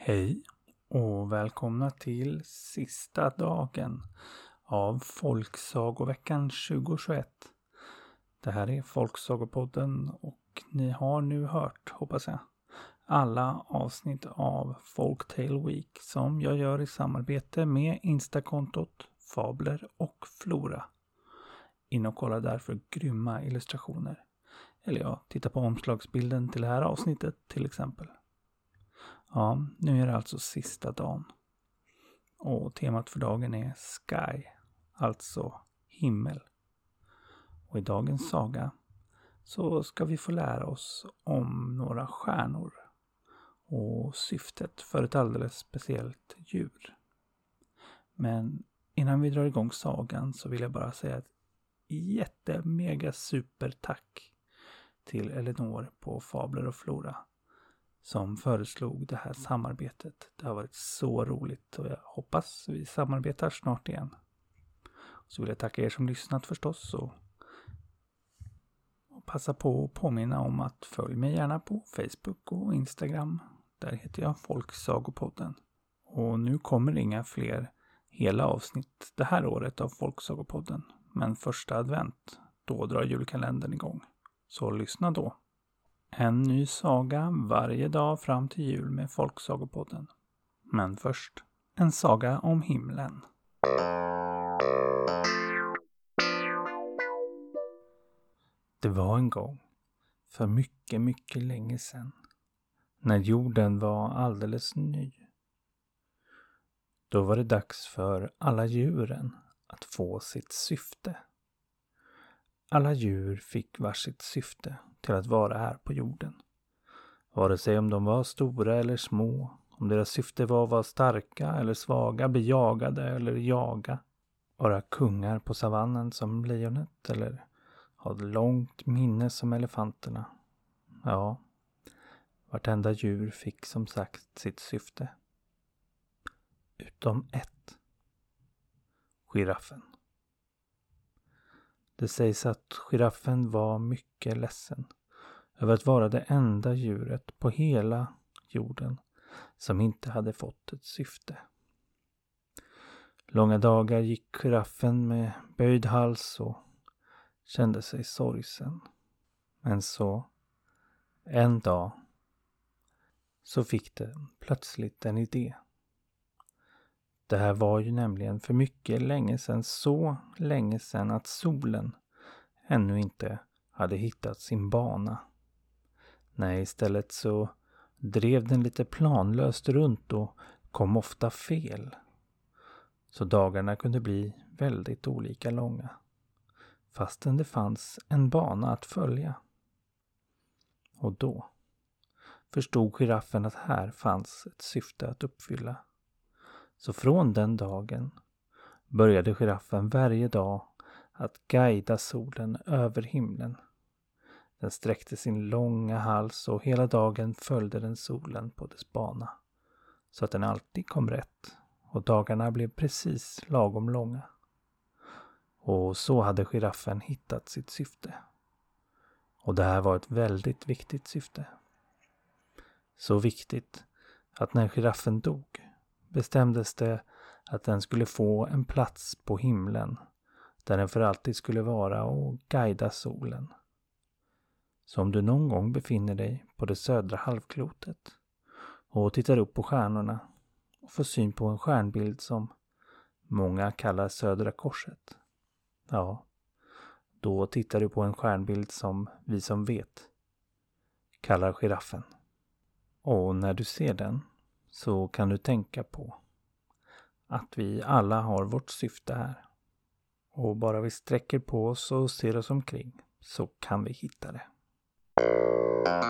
Hej och välkomna till sista dagen av Folksagoveckan 2021. Det här är Folksagopodden och ni har nu hört, hoppas jag, alla avsnitt av Folktale Week som jag gör i samarbete med Instakontot Fabler och Flora. In och kolla därför grymma illustrationer. Eller ja, titta på omslagsbilden till det här avsnittet till exempel. Ja, nu är det alltså sista dagen. Och temat för dagen är Sky, alltså himmel. Och i dagens saga så ska vi få lära oss om några stjärnor och syftet för ett alldeles speciellt djur. Men innan vi drar igång sagan så vill jag bara säga ett jättemega super tack till Elinor på Fabler och Flora som föreslog det här samarbetet. Det har varit så roligt och jag hoppas vi samarbetar snart igen. Så vill jag tacka er som lyssnat förstås och passa på att påminna om att följ mig gärna på Facebook och Instagram. Där heter jag Folksagopodden. Och nu kommer inga fler hela avsnitt det här året av Folksagopodden. Men första advent, då drar julkalendern igång. Så lyssna då. En ny saga varje dag fram till jul med Folksagopodden. Men först, en saga om himlen. Det var en gång, för mycket, mycket länge sedan, när jorden var alldeles ny. Då var det dags för alla djuren att få sitt syfte. Alla djur fick varsitt syfte till att vara här på jorden. Vare sig om de var stora eller små, om deras syfte var att vara starka eller svaga, bli jagade eller jaga. Vara kungar på savannen som lejonet eller ha ett långt minne som elefanterna. Ja, vartenda djur fick som sagt sitt syfte. Utom ett. Giraffen. Det sägs att giraffen var mycket ledsen över att vara det enda djuret på hela jorden som inte hade fått ett syfte. Långa dagar gick giraffen med böjd hals och kände sig sorgsen. Men så, en dag, så fick det plötsligt en idé. Det här var ju nämligen för mycket länge sedan, så länge sedan att solen ännu inte hade hittat sin bana. Nej, istället så drev den lite planlöst runt och kom ofta fel. Så dagarna kunde bli väldigt olika långa, fastän det fanns en bana att följa. Och då förstod giraffen att här fanns ett syfte att uppfylla. Så från den dagen började giraffen varje dag att guida solen över himlen. Den sträckte sin långa hals och hela dagen följde den solen på dess bana. Så att den alltid kom rätt och dagarna blev precis lagom långa. Och så hade giraffen hittat sitt syfte. Och det här var ett väldigt viktigt syfte. Så viktigt att när giraffen dog bestämdes det att den skulle få en plats på himlen där den för alltid skulle vara och guida solen. Så om du någon gång befinner dig på det södra halvklotet och tittar upp på stjärnorna och får syn på en stjärnbild som många kallar södra korset, ja, då tittar du på en stjärnbild som vi som vet kallar giraffen. Och när du ser den så kan du tänka på att vi alla har vårt syfte här. Och bara vi sträcker på oss och ser oss omkring så kan vi hitta det.